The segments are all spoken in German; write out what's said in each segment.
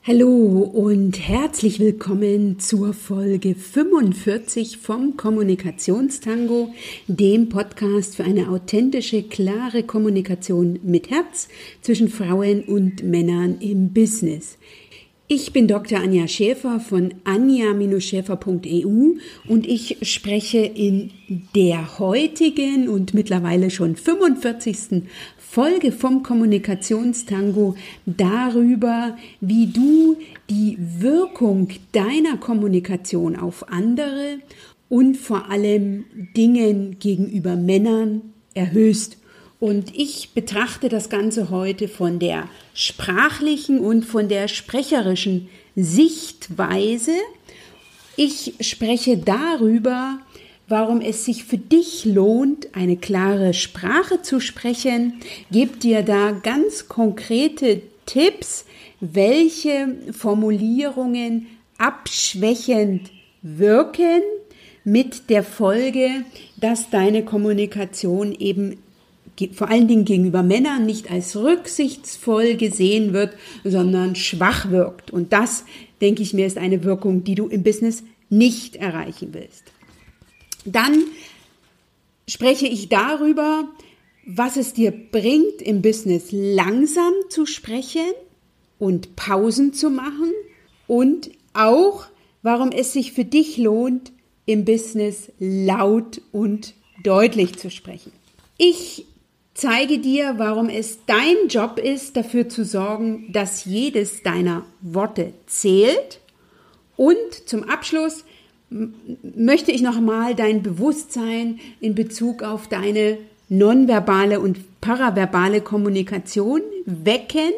Hallo und herzlich willkommen zur Folge 45 vom Kommunikationstango, dem Podcast für eine authentische, klare Kommunikation mit Herz zwischen Frauen und Männern im Business. Ich bin Dr. Anja Schäfer von anja-schäfer.eu und ich spreche in der heutigen und mittlerweile schon 45. Folge vom Kommunikationstango darüber, wie du die Wirkung deiner Kommunikation auf andere und vor allem Dingen gegenüber Männern erhöhst. Und ich betrachte das Ganze heute von der sprachlichen und von der sprecherischen Sichtweise. Ich spreche darüber, warum es sich für dich lohnt, eine klare Sprache zu sprechen, gebe dir da ganz konkrete Tipps, welche Formulierungen abschwächend wirken, mit der Folge, dass deine Kommunikation eben vor allen Dingen gegenüber Männern nicht als rücksichtsvoll gesehen wird, sondern schwach wirkt. Und das, denke ich mir, ist eine Wirkung, die du im Business nicht erreichen willst. Dann spreche ich darüber, was es dir bringt, im Business langsam zu sprechen und Pausen zu machen und auch, warum es sich für dich lohnt, im Business laut und deutlich zu sprechen. Ich zeige dir, warum es dein Job ist, dafür zu sorgen, dass jedes deiner Worte zählt. Und zum Abschluss möchte ich nochmal dein Bewusstsein in Bezug auf deine nonverbale und paraverbale Kommunikation wecken,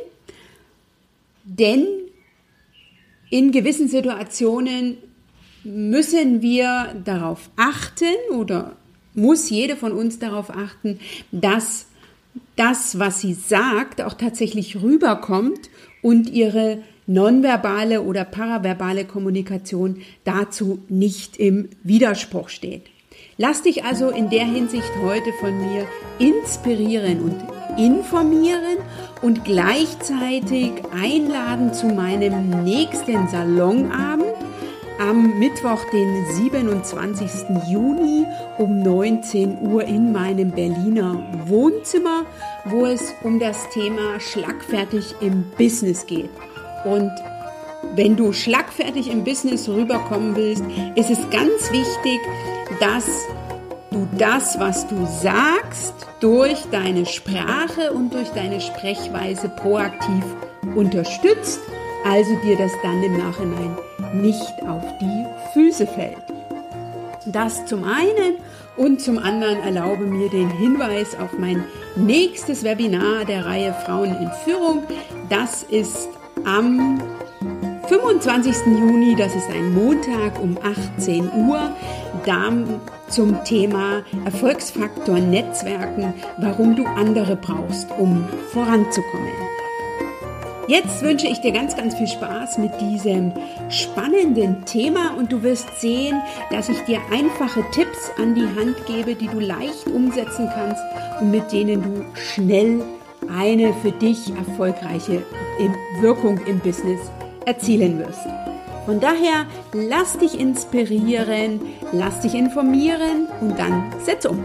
denn in gewissen Situationen müssen wir darauf achten oder muss jede von uns darauf achten, dass das, was sie sagt, auch tatsächlich rüberkommt und ihre nonverbale oder paraverbale Kommunikation dazu nicht im Widerspruch steht. Lass dich also in der Hinsicht heute von mir inspirieren und informieren und gleichzeitig einladen zu meinem nächsten Salonabend am Mittwoch, den 27. Juni um 19 Uhr in meinem Berliner Wohnzimmer, wo es um das Thema schlagfertig im Business geht. Und wenn du schlagfertig im Business rüberkommen willst, ist es ganz wichtig, dass du das, was du sagst, durch deine Sprache und durch deine Sprechweise proaktiv unterstützt, also dir das dann im Nachhinein nicht auf die Füße fällt. Das zum einen und zum anderen erlaube mir den Hinweis auf mein nächstes Webinar der Reihe Frauen in Führung. Das ist am 25. Juni, das ist ein Montag um 18 Uhr, zum Thema Erfolgsfaktor Netzwerken, warum du andere brauchst, um voranzukommen. Jetzt wünsche ich dir ganz, ganz viel Spaß mit diesem spannenden Thema und du wirst sehen, dass ich dir einfache Tipps an die Hand gebe, die du leicht umsetzen kannst und mit denen du schnell eine für dich erfolgreiche Wirkung im Business erzielen wirst. Von daher, lass dich inspirieren, lass dich informieren und dann setz um.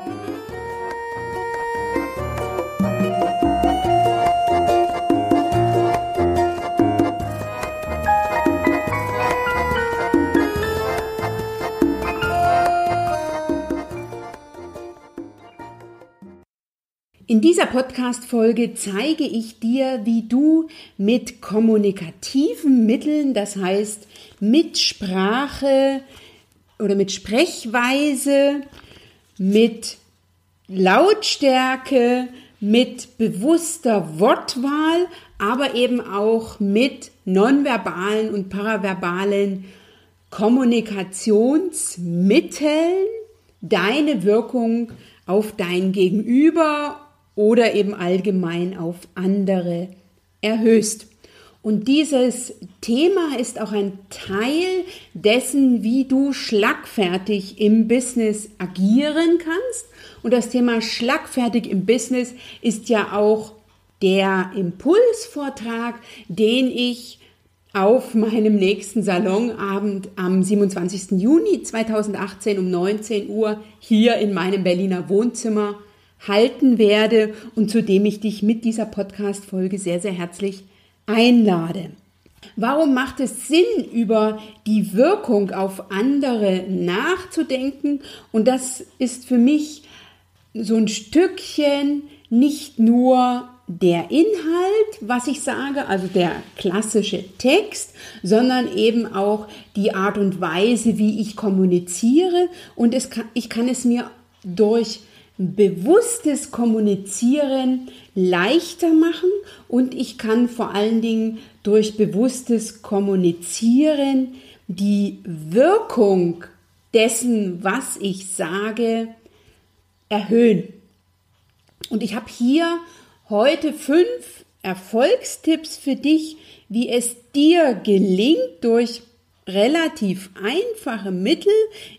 In dieser Podcast-Folge zeige ich dir, wie du mit kommunikativen Mitteln, das heißt mit Sprache oder mit Sprechweise, mit Lautstärke, mit bewusster Wortwahl, aber eben auch mit nonverbalen und paraverbalen Kommunikationsmitteln deine Wirkung auf dein Gegenüber oder eben allgemein auf andere erhöhst. Und dieses Thema ist auch ein Teil dessen, wie du schlagfertig im Business agieren kannst. Und das Thema schlagfertig im Business ist ja auch der Impulsvortrag, den ich auf meinem nächsten Salonabend am 27. Juni 2018 um 19 Uhr hier in meinem Berliner Wohnzimmer halten werde und zu dem ich dich mit dieser Podcast-Folge sehr, sehr herzlich einlade. Warum macht es Sinn, über die Wirkung auf andere nachzudenken? Und das ist für mich so ein Stückchen nicht nur der Inhalt, was ich sage, also der klassische Text, sondern eben auch die Art und Weise, wie ich kommuniziere. Und ich kann es mir durch bewusstes Kommunizieren leichter machen und ich kann vor allen Dingen durch bewusstes Kommunizieren die Wirkung dessen, was ich sage, erhöhen. Und ich habe hier heute 5 Erfolgstipps für dich, wie es dir gelingt, durch relativ einfache Mittel,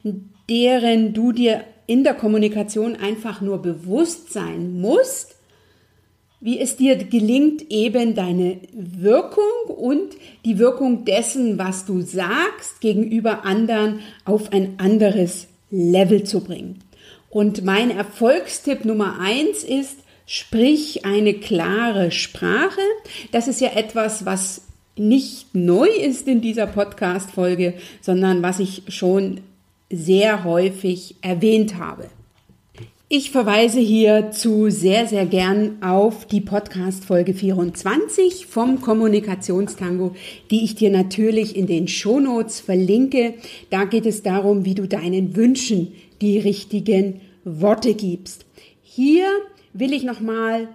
deren du dir in der Kommunikation einfach nur bewusst sein musst, wie es dir gelingt, eben deine Wirkung und die Wirkung dessen, was du sagst, gegenüber anderen auf ein anderes Level zu bringen. Und mein Erfolgstipp Nummer 1 ist, sprich eine klare Sprache. Das ist ja etwas, was nicht neu ist in dieser Podcast-Folge, sondern was ich schon sehr häufig erwähnt habe. Ich verweise hierzu sehr, sehr gern auf die Podcast-Folge 24 vom Kommunikationstango, die ich dir natürlich in den Shownotes verlinke. Da geht es darum, wie du deinen Wünschen die richtigen Worte gibst. Hier will ich nochmal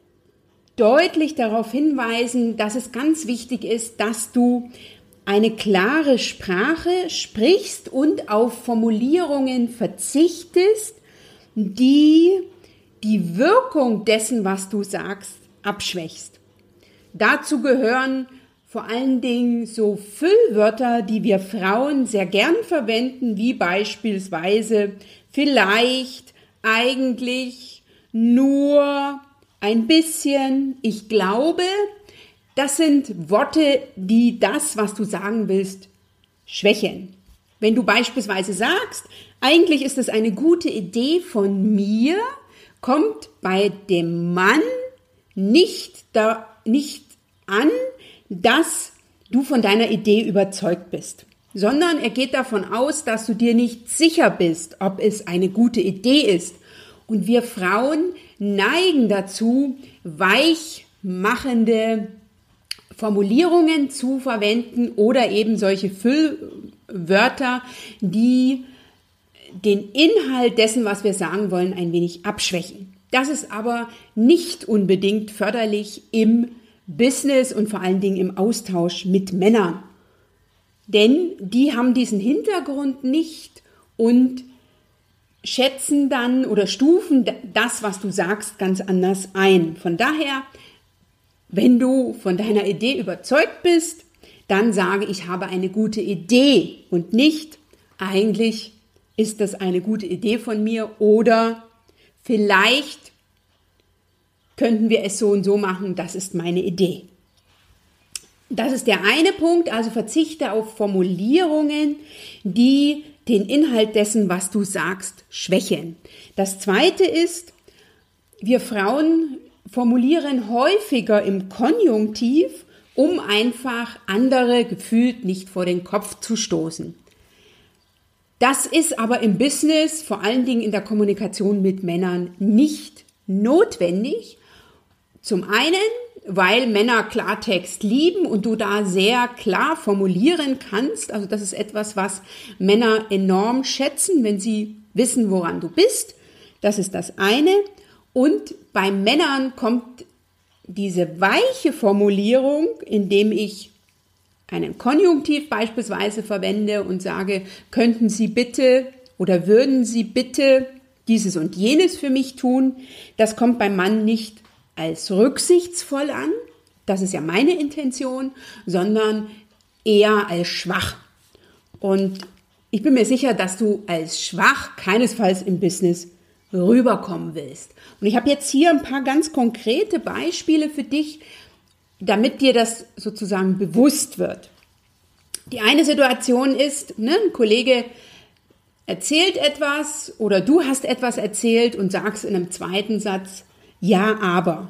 deutlich darauf hinweisen, dass es ganz wichtig ist, dass du eine klare Sprache sprichst und auf Formulierungen verzichtest, die die Wirkung dessen, was du sagst, abschwächst. Dazu gehören vor allen Dingen so Füllwörter, die wir Frauen sehr gern verwenden, wie beispielsweise vielleicht, eigentlich, nur, ein bisschen, ich glaube. Das sind Worte, die das, was du sagen willst, schwächen. Wenn du beispielsweise sagst, eigentlich ist es eine gute Idee von mir, kommt bei dem Mann nicht an, dass du von deiner Idee überzeugt bist, sondern er geht davon aus, dass du dir nicht sicher bist, ob es eine gute Idee ist. Und wir Frauen neigen dazu, weichmachende Formulierungen zu verwenden oder eben solche Füllwörter, die den Inhalt dessen, was wir sagen wollen, ein wenig abschwächen. Das ist aber nicht unbedingt förderlich im Business und vor allen Dingen im Austausch mit Männern. Denn die haben diesen Hintergrund nicht und schätzen dann oder stufen das, was du sagst, ganz anders ein. Von daher, wenn du von deiner Idee überzeugt bist, dann sage ich habe eine gute Idee und nicht eigentlich ist das eine gute Idee von mir oder vielleicht könnten wir es so und so machen, das ist meine Idee. Das ist der eine Punkt, also verzichte auf Formulierungen, die den Inhalt dessen, was du sagst, schwächen. Das zweite ist, wir Frauen formulieren häufiger im Konjunktiv, um einfach andere gefühlt nicht vor den Kopf zu stoßen. Das ist aber im Business, vor allen Dingen in der Kommunikation mit Männern, nicht notwendig. Zum einen, weil Männer Klartext lieben und du da sehr klar formulieren kannst. Also das ist etwas, was Männer enorm schätzen, wenn sie wissen, woran du bist. Das ist das eine. Und bei Männern kommt diese weiche Formulierung, indem ich einen Konjunktiv beispielsweise verwende und sage, könnten Sie bitte oder würden Sie bitte dieses und jenes für mich tun. Das kommt beim Mann nicht als rücksichtsvoll an, das ist ja meine Intention, sondern eher als schwach. Und ich bin mir sicher, dass du als schwach keinesfalls im Business rüberkommen willst. Und ich habe jetzt hier ein paar ganz konkrete Beispiele für dich, damit dir das sozusagen bewusst wird. Die eine Situation ist, ein Kollege erzählt etwas oder du hast etwas erzählt und sagst in einem zweiten Satz, ja, aber.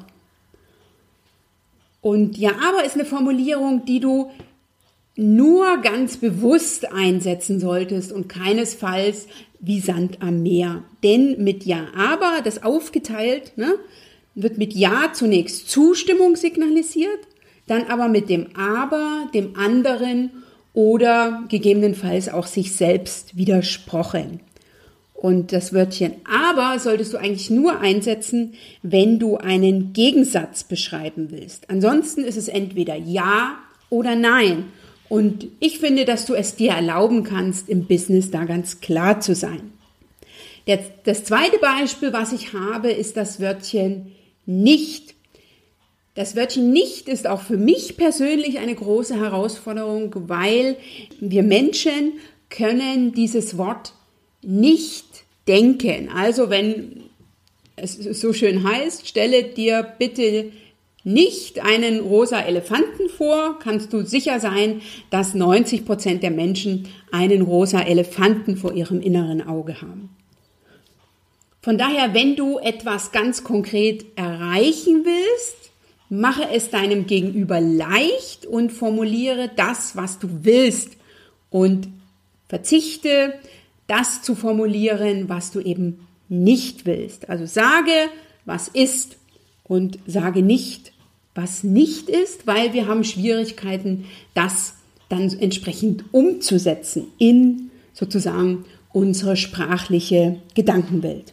Und ja, aber ist eine Formulierung, die du nur ganz bewusst einsetzen solltest und keinesfalls wie Sand am Meer. Denn mit ja, aber, das aufgeteilt, wird mit ja zunächst Zustimmung signalisiert, dann aber mit dem aber, dem anderen oder gegebenenfalls auch sich selbst widersprochen. Und das Wörtchen aber solltest du eigentlich nur einsetzen, wenn du einen Gegensatz beschreiben willst. Ansonsten ist es entweder ja oder nein. Und ich finde, dass du es dir erlauben kannst, im Business da ganz klar zu sein. Das zweite Beispiel, was ich habe, ist das Wörtchen nicht. Das Wörtchen nicht ist auch für mich persönlich eine große Herausforderung, weil wir Menschen können dieses Wort nicht denken. Also wenn es so schön heißt, stelle dir bitte nicht einen rosa Elefanten vor, kannst du sicher sein, dass 90% der Menschen einen rosa Elefanten vor ihrem inneren Auge haben. Von daher, wenn du etwas ganz konkret erreichen willst, mache es deinem Gegenüber leicht und formuliere das, was du willst und verzichte, das zu formulieren, was du eben nicht willst. Also sage, was ist und sage nicht, was nicht ist, weil wir haben Schwierigkeiten, das dann entsprechend umzusetzen in sozusagen unsere sprachliche Gedankenwelt.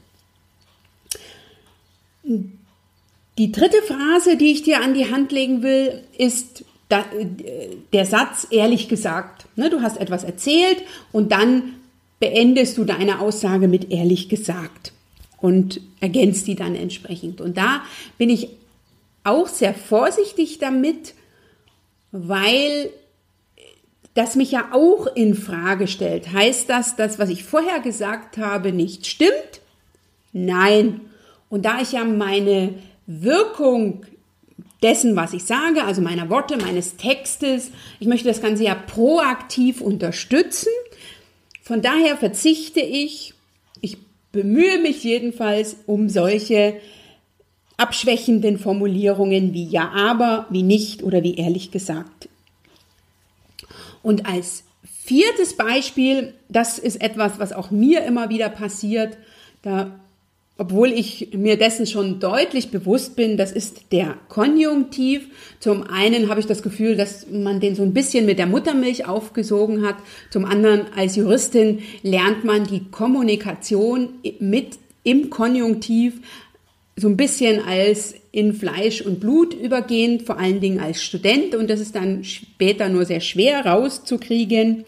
Die dritte Phrase, die ich dir an die Hand legen will, ist der Satz, ehrlich gesagt. Du hast etwas erzählt und dann beendest du deine Aussage mit ehrlich gesagt und ergänzt die dann entsprechend. Und da bin ich auch sehr vorsichtig damit, weil das mich ja auch in Frage stellt. Heißt das, was ich vorher gesagt habe, nicht stimmt? Nein. Und da ich ja meine Wirkung dessen, was ich sage, also meiner Worte, meines Textes, ich möchte das Ganze ja proaktiv unterstützen. Von daher verzichte ich bemühe mich jedenfalls um solche abschwächenden Formulierungen wie ja, aber, wie nicht oder wie ehrlich gesagt. Und als viertes Beispiel, das ist etwas, was auch mir immer wieder passiert, obwohl ich mir dessen schon deutlich bewusst bin, das ist der Konjunktiv. Zum einen habe ich das Gefühl, dass man den so ein bisschen mit der Muttermilch aufgesogen hat. Zum anderen als Juristin lernt man die Kommunikation im Konjunktiv so ein bisschen als in Fleisch und Blut übergehend, vor allen Dingen als Student. Und das ist dann später nur sehr schwer rauszukriegen.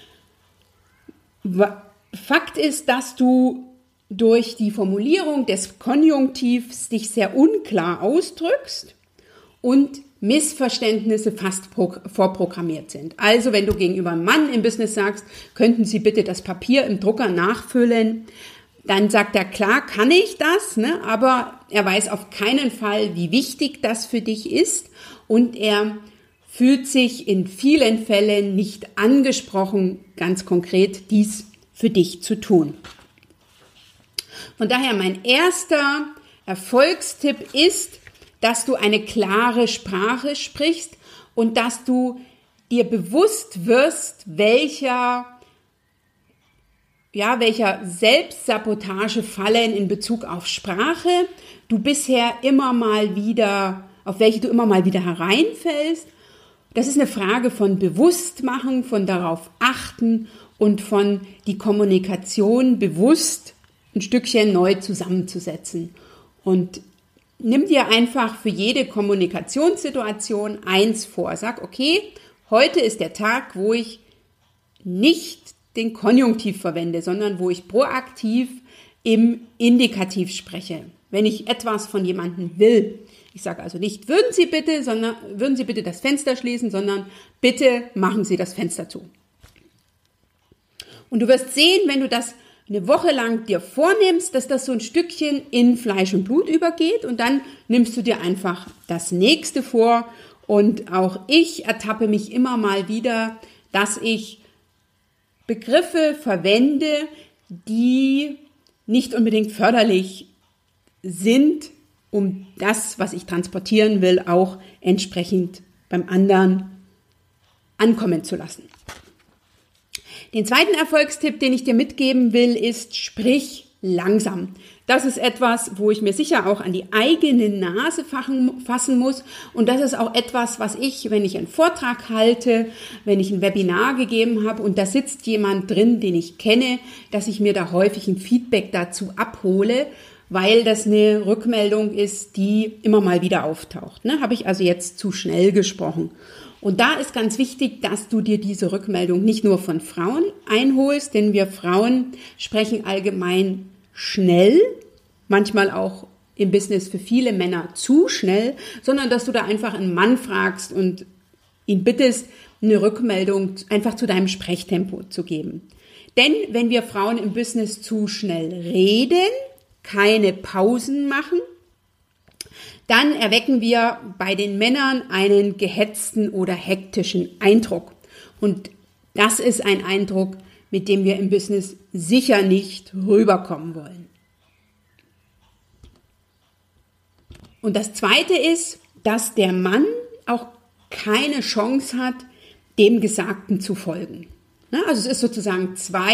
Fakt ist, dass du durch die Formulierung des Konjunktivs dich sehr unklar ausdrückst und Missverständnisse fast vorprogrammiert sind. Also wenn du gegenüber einem Mann im Business sagst, könnten Sie bitte das Papier im Drucker nachfüllen, dann sagt er, klar kann ich das, aber er weiß auf keinen Fall, wie wichtig das für dich ist und er fühlt sich in vielen Fällen nicht angesprochen, ganz konkret dies für dich zu tun. Von daher mein erster Erfolgstipp ist, dass du eine klare Sprache sprichst und dass du dir bewusst wirst, welcher Selbstsabotage-Fallen in Bezug auf Sprache du bisher auf welche du immer mal wieder hereinfällst. Das ist eine Frage von Bewusstmachen, von darauf achten und von die Kommunikation bewusst ein Stückchen neu zusammenzusetzen. Und nimm dir einfach für jede Kommunikationssituation eins vor. Sag, okay, heute ist der Tag, wo ich nicht den Konjunktiv verwende, sondern wo ich proaktiv im Indikativ spreche. Wenn ich etwas von jemandem will. Ich sage also nicht, würden Sie bitte das Fenster schließen, sondern bitte machen Sie das Fenster zu. Und du wirst sehen, wenn du das eine Woche lang dir vornimmst, dass das so ein Stückchen in Fleisch und Blut übergeht und dann nimmst du dir einfach das nächste vor und auch ich ertappe mich immer mal wieder dass ich Begriffe verwende, die nicht unbedingt förderlich sind, um das, was ich transportieren will, auch entsprechend beim anderen ankommen zu lassen. Den zweiten Erfolgstipp, den ich dir mitgeben will, ist: Sprich langsam. Das ist etwas, wo ich mir sicher auch an die eigene Nase fassen muss. Und das ist auch etwas, was ich, wenn ich einen Vortrag halte, wenn ich ein Webinar gegeben habe und da sitzt jemand drin, den ich kenne, dass ich mir da häufig ein Feedback dazu abhole, weil das eine Rückmeldung ist, die immer mal wieder auftaucht. Habe ich also jetzt zu schnell gesprochen? Und da ist ganz wichtig, dass du dir diese Rückmeldung nicht nur von Frauen einholst, denn wir Frauen sprechen allgemein schnell, manchmal auch im Business für viele Männer zu schnell, sondern dass du da einfach einen Mann fragst und ihn bittest, eine Rückmeldung einfach zu deinem Sprechtempo zu geben. Denn wenn wir Frauen im Business zu schnell reden, keine Pausen machen, dann erwecken wir bei den Männern einen gehetzten oder hektischen Eindruck. Und das ist ein Eindruck, mit dem wir im Business sicher nicht rüberkommen wollen. Und das Zweite ist, dass der Mann auch keine Chance hat, dem Gesagten zu folgen. Also es ist sozusagen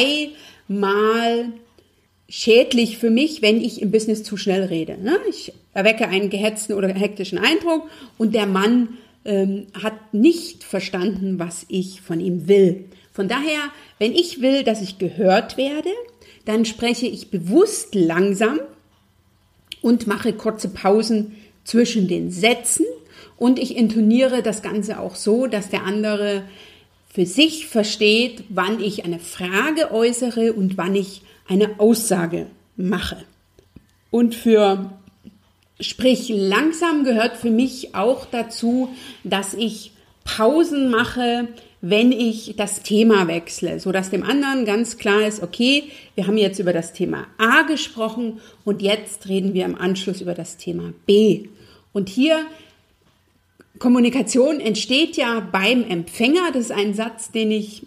zweimal schädlich für mich, wenn ich im Business zu schnell rede. Ich erwecke einen gehetzten oder hektischen Eindruck und der Mann hat nicht verstanden, was ich von ihm will. Von daher, wenn ich will, dass ich gehört werde, dann spreche ich bewusst langsam und mache kurze Pausen zwischen den Sätzen und ich intoniere das Ganze auch so, dass der andere für sich versteht, wann ich eine Frage äußere und wann ich eine Aussage mache. Und für Sprich langsam gehört für mich auch dazu, dass ich Pausen mache, wenn ich das Thema wechsle, sodass dem anderen ganz klar ist, okay, wir haben jetzt über das Thema A gesprochen und jetzt reden wir im Anschluss über das Thema B. Und hier, Kommunikation entsteht ja beim Empfänger. Das ist ein Satz, den ich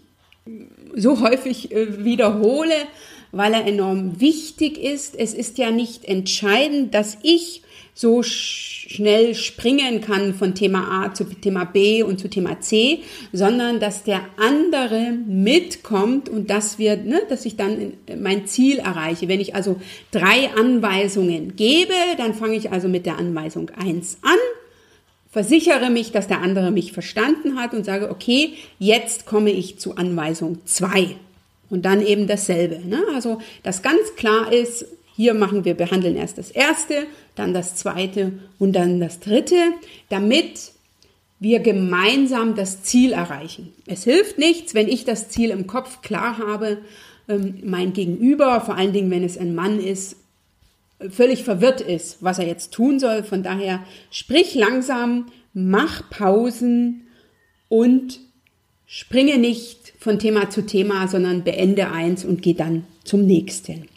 so häufig wiederhole, weil er enorm wichtig ist. Es ist ja nicht entscheidend, dass ich so schnell springen kann von Thema A zu Thema B und zu Thema C, sondern dass der andere mitkommt und dass ich dann mein Ziel erreiche. Wenn ich also 3 Anweisungen gebe, dann fange ich also mit der Anweisung 1 an, versichere mich, dass der andere mich verstanden hat und sage, okay, jetzt komme ich zu Anweisung 2 und dann eben dasselbe. Also, dass ganz klar ist, hier behandeln erst das erste, dann das zweite und dann das dritte, damit wir gemeinsam das Ziel erreichen. Es hilft nichts, wenn ich das Ziel im Kopf klar habe, mein Gegenüber, vor allen Dingen, wenn es ein Mann ist, völlig verwirrt ist, was er jetzt tun soll. Von daher sprich langsam, mach Pausen und springe nicht von Thema zu Thema, sondern beende eins und geh dann zum nächsten.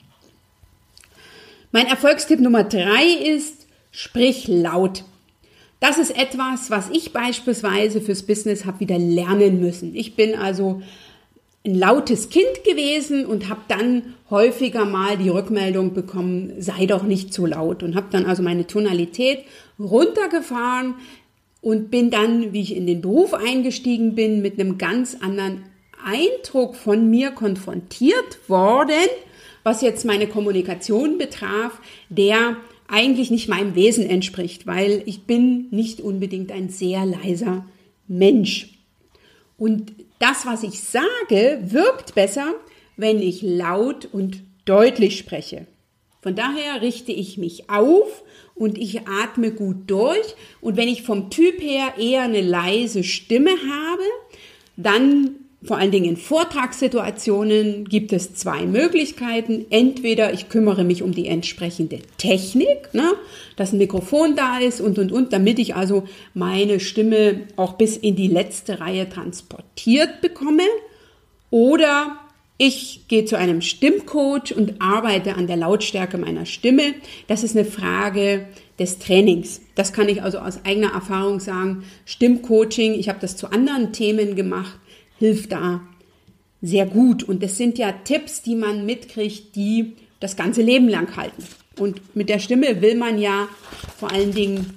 Mein Erfolgstipp Nummer 3 ist, sprich laut. Das ist etwas, was ich beispielsweise fürs Business habe wieder lernen müssen. Ich bin also ein lautes Kind gewesen und habe dann häufiger mal die Rückmeldung bekommen, sei doch nicht zu laut, und habe dann also meine Tonalität runtergefahren und bin dann, wie ich in den Beruf eingestiegen bin, mit einem ganz anderen Eindruck von mir konfrontiert worden, was jetzt meine Kommunikation betraf, der eigentlich nicht meinem Wesen entspricht, weil ich bin nicht unbedingt ein sehr leiser Mensch. Und das, was ich sage, wirkt besser, wenn ich laut und deutlich spreche. Von daher richte ich mich auf und ich atme gut durch. Und wenn ich vom Typ her eher eine leise Stimme habe, dann vor allen Dingen in Vortragssituationen gibt es 2 Möglichkeiten. Entweder ich kümmere mich um die entsprechende Technik, dass ein Mikrofon da ist und, damit ich also meine Stimme auch bis in die letzte Reihe transportiert bekomme. Oder ich gehe zu einem Stimmcoach und arbeite an der Lautstärke meiner Stimme. Das ist eine Frage des Trainings. Das kann ich also aus eigener Erfahrung sagen. Stimmcoaching, ich habe das zu anderen Themen gemacht, hilft da sehr gut. Und das sind ja Tipps, die man mitkriegt, die das ganze Leben lang halten. Und mit der Stimme will man ja vor allen Dingen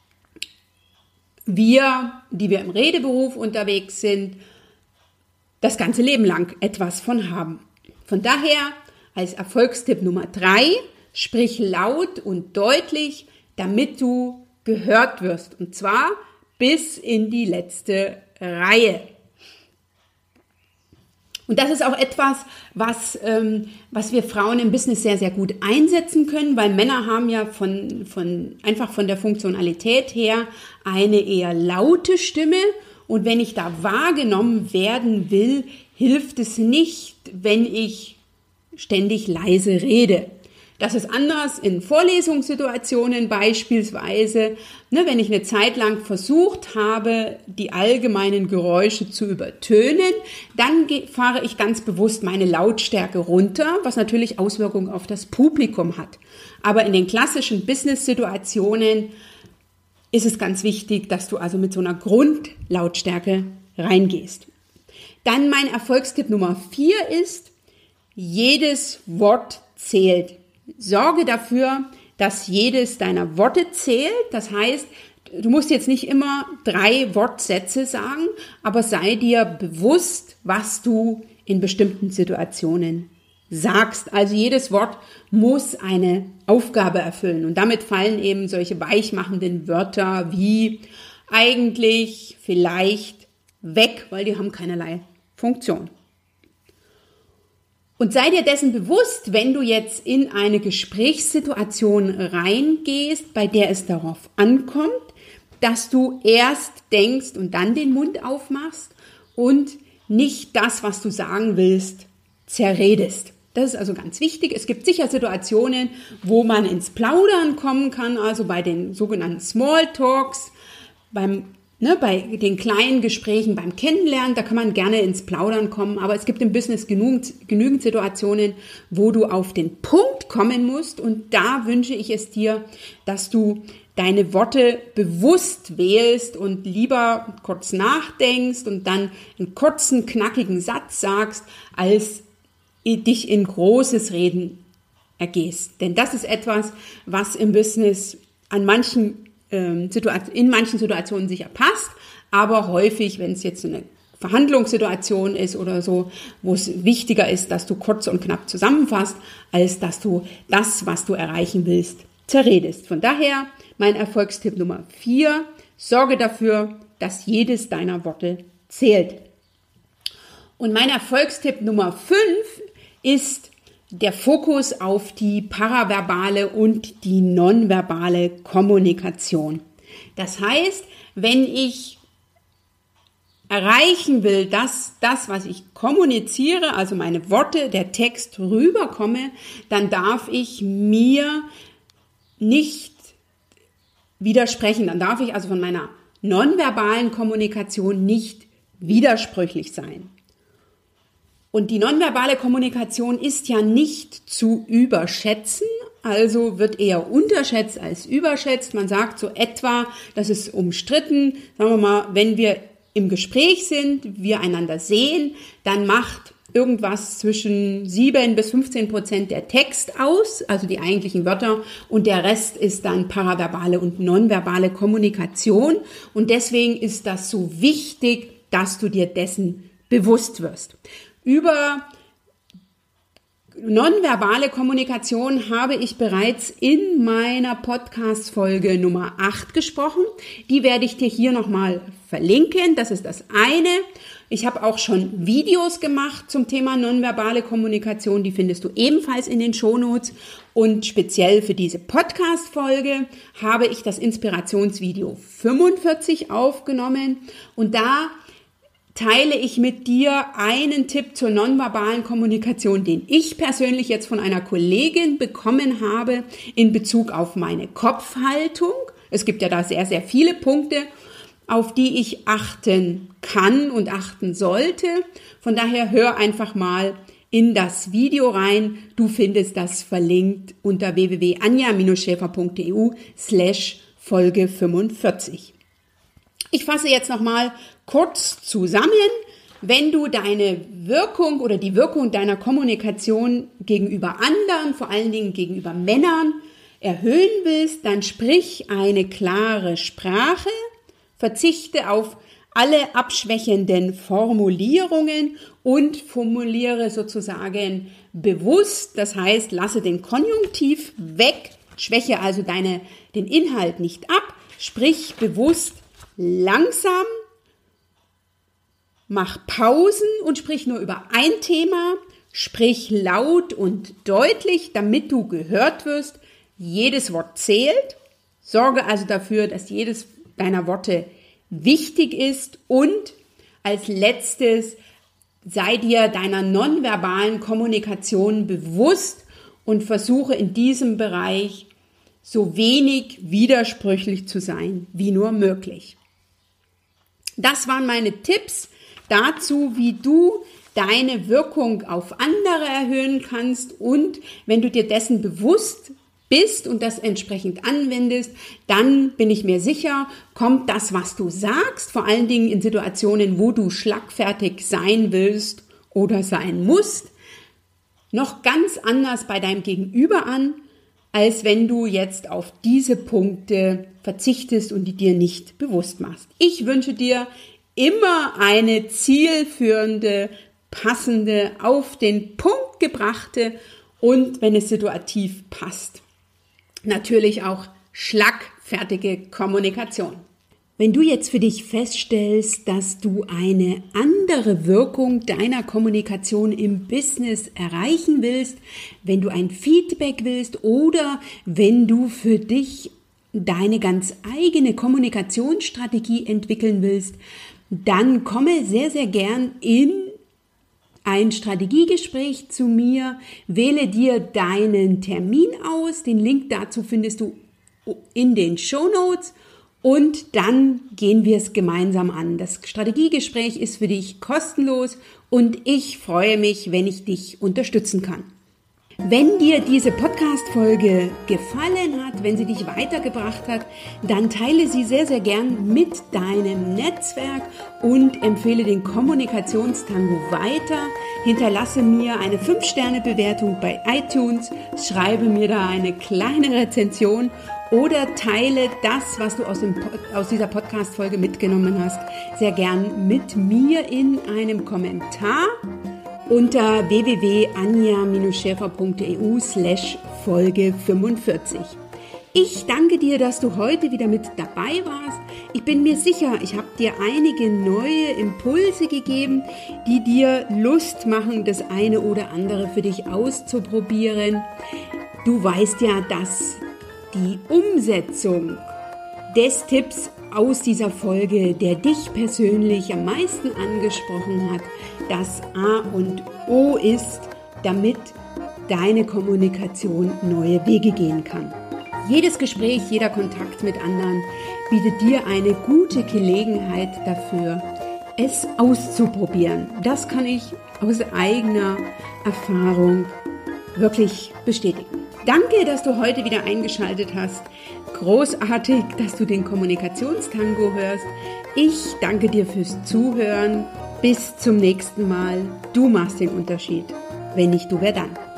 wir, die wir im Redeberuf unterwegs sind, das ganze Leben lang etwas von haben. Von daher als Erfolgstipp Nummer 3, sprich laut und deutlich, damit du gehört wirst. Und zwar bis in die letzte Reihe. Und das ist auch etwas, was wir Frauen im Business sehr, sehr gut einsetzen können, weil Männer haben ja einfach von der Funktionalität her eine eher laute Stimme. Und wenn ich da wahrgenommen werden will, hilft es nicht, wenn ich ständig leise rede. Das ist anders in Vorlesungssituationen beispielsweise, wenn ich eine Zeit lang versucht habe, die allgemeinen Geräusche zu übertönen, dann fahre ich ganz bewusst meine Lautstärke runter, was natürlich Auswirkungen auf das Publikum hat. Aber in den klassischen Business-Situationen ist es ganz wichtig, dass du also mit so einer Grundlautstärke reingehst. Dann mein Erfolgstipp Nummer 4 ist, jedes Wort zählt. Sorge dafür, dass jedes deiner Worte zählt. Das heißt, du musst jetzt nicht immer 3 Wortsätze sagen, aber sei dir bewusst, was du in bestimmten Situationen sagst. Also jedes Wort muss eine Aufgabe erfüllen. Und damit fallen eben solche weichmachenden Wörter wie eigentlich, vielleicht weg, weil die haben keinerlei Funktion. Und sei dir dessen bewusst, wenn du jetzt in eine Gesprächssituation reingehst, bei der es darauf ankommt, dass du erst denkst und dann den Mund aufmachst und nicht das, was du sagen willst, zerredest. Das ist also ganz wichtig. Es gibt sicher Situationen, wo man ins Plaudern kommen kann, also bei den sogenannten Smalltalks, bei den kleinen Gesprächen, beim Kennenlernen, da kann man gerne ins Plaudern kommen, aber es gibt im Business genügend Situationen, wo du auf den Punkt kommen musst und da wünsche ich es dir, dass du deine Worte bewusst wählst und lieber kurz nachdenkst und dann einen kurzen, knackigen Satz sagst, als dich in großes Reden ergehst. Denn das ist etwas, was im Business in manchen Situationen sicher passt, aber häufig, wenn es jetzt eine Verhandlungssituation ist oder so, wo es wichtiger ist, dass du kurz und knapp zusammenfasst, als dass du das, was du erreichen willst, zerredest. Von daher mein Erfolgstipp Nummer 4, sorge dafür, dass jedes deiner Worte zählt. Und mein Erfolgstipp Nummer 5 ist der Fokus auf die paraverbale und die nonverbale Kommunikation. Das heißt, wenn ich erreichen will, dass das, was ich kommuniziere, also meine Worte, der Text rüberkomme, dann darf ich mir nicht widersprechen. Dann darf ich also von meiner nonverbalen Kommunikation nicht widersprüchlich sein. Und die nonverbale Kommunikation ist ja nicht zu überschätzen, also wird eher unterschätzt als überschätzt. Man sagt so etwa, das ist umstritten, sagen wir mal, wenn wir im Gespräch sind, wir einander sehen, dann macht irgendwas zwischen 7-15% der Text aus, also die eigentlichen Wörter, und der Rest ist dann paraverbale und nonverbale Kommunikation. Und deswegen ist das so wichtig, dass du dir dessen bewusst wirst. Über nonverbale Kommunikation habe ich bereits in meiner Podcast-Folge Nummer 8 gesprochen. Die werde ich dir hier nochmal verlinken. Das ist das eine. Ich habe auch schon Videos gemacht zum Thema nonverbale Kommunikation. Die findest du ebenfalls in den Shownotes. Und speziell für diese Podcast-Folge habe ich das Inspirationsvideo 45 aufgenommen. Und da teile ich mit dir einen Tipp zur nonverbalen Kommunikation, den ich persönlich jetzt von einer Kollegin bekommen habe in Bezug auf meine Kopfhaltung. Es gibt ja da sehr, sehr viele Punkte, auf die ich achten kann und achten sollte. Von daher hör einfach mal in das Video rein. Du findest das verlinkt unter www.anja-schäfer.eu/Folge 45. Ich fasse jetzt nochmal kurz zusammen. wenn du deine Wirkung oder die Wirkung deiner Kommunikation gegenüber anderen, vor allen Dingen gegenüber Männern, erhöhen willst, dann sprich eine klare Sprache, verzichte auf alle abschwächenden Formulierungen und formuliere sozusagen bewusst, das heißt, lasse den Konjunktiv weg, schwäche also den Inhalt nicht ab, sprich bewusst langsam, mach Pausen und sprich nur über ein Thema, sprich laut und deutlich, damit du gehört wirst. Jedes Wort zählt, sorge also dafür, dass jedes deiner Worte wichtig ist und als letztes sei dir deiner nonverbalen Kommunikation bewusst und versuche in diesem Bereich so wenig widersprüchlich zu sein wie nur möglich. Das waren meine Tipps dazu, wie du deine Wirkung auf andere erhöhen kannst und wenn du dir dessen bewusst bist und das entsprechend anwendest, dann bin ich mir sicher, kommt das, was du sagst, vor allen Dingen in Situationen, wo du schlagfertig sein willst oder sein musst, noch ganz anders bei deinem Gegenüber an, als wenn du jetzt auf diese Punkte verzichtest und die dir nicht bewusst machst. Ich wünsche dir immer eine zielführende, passende, auf den Punkt gebrachte und, wenn es situativ passt, natürlich auch schlagfertige Kommunikation. Wenn du jetzt für dich feststellst, dass du eine andere Wirkung deiner Kommunikation im Business erreichen willst, wenn du ein Feedback willst oder wenn du für dich deine ganz eigene Kommunikationsstrategie entwickeln willst, dann komme sehr, sehr gern in ein Strategiegespräch zu mir, wähle dir deinen Termin aus, den Link dazu findest du in den Shownotes und dann gehen wir es gemeinsam an. Das Strategiegespräch ist für dich kostenlos und ich freue mich, wenn ich dich unterstützen kann. Wenn dir diese Podcast-Folge gefallen hat, wenn sie dich weitergebracht hat, dann teile sie sehr, sehr gern mit deinem Netzwerk und empfehle den Kommunikationstango weiter. Hinterlasse mir eine 5-Sterne-Bewertung bei iTunes, schreibe mir da eine kleine Rezension oder teile das, was du aus dieser Podcast-Folge mitgenommen hast, sehr gern mit mir in einem Kommentar unter www.anja-schäfer.eu/Folge 45. Ich danke dir, dass du heute wieder mit dabei warst. Ich bin mir sicher, ich habe dir einige neue Impulse gegeben, die dir Lust machen, das eine oder andere für dich auszuprobieren. Du weißt ja, dass die Umsetzung des Tipps aus dieser Folge, der dich persönlich am meisten angesprochen hat, das A und O ist, damit deine Kommunikation neue Wege gehen kann. Jedes Gespräch, jeder Kontakt mit anderen bietet dir eine gute Gelegenheit dafür, es auszuprobieren. Das kann ich aus eigener Erfahrung wirklich bestätigen. Danke, dass du heute wieder eingeschaltet hast. Großartig, dass du den Kommunikationstango hörst. Ich danke dir fürs Zuhören. Bis zum nächsten Mal. Du machst den Unterschied. Wenn nicht du, wer dann?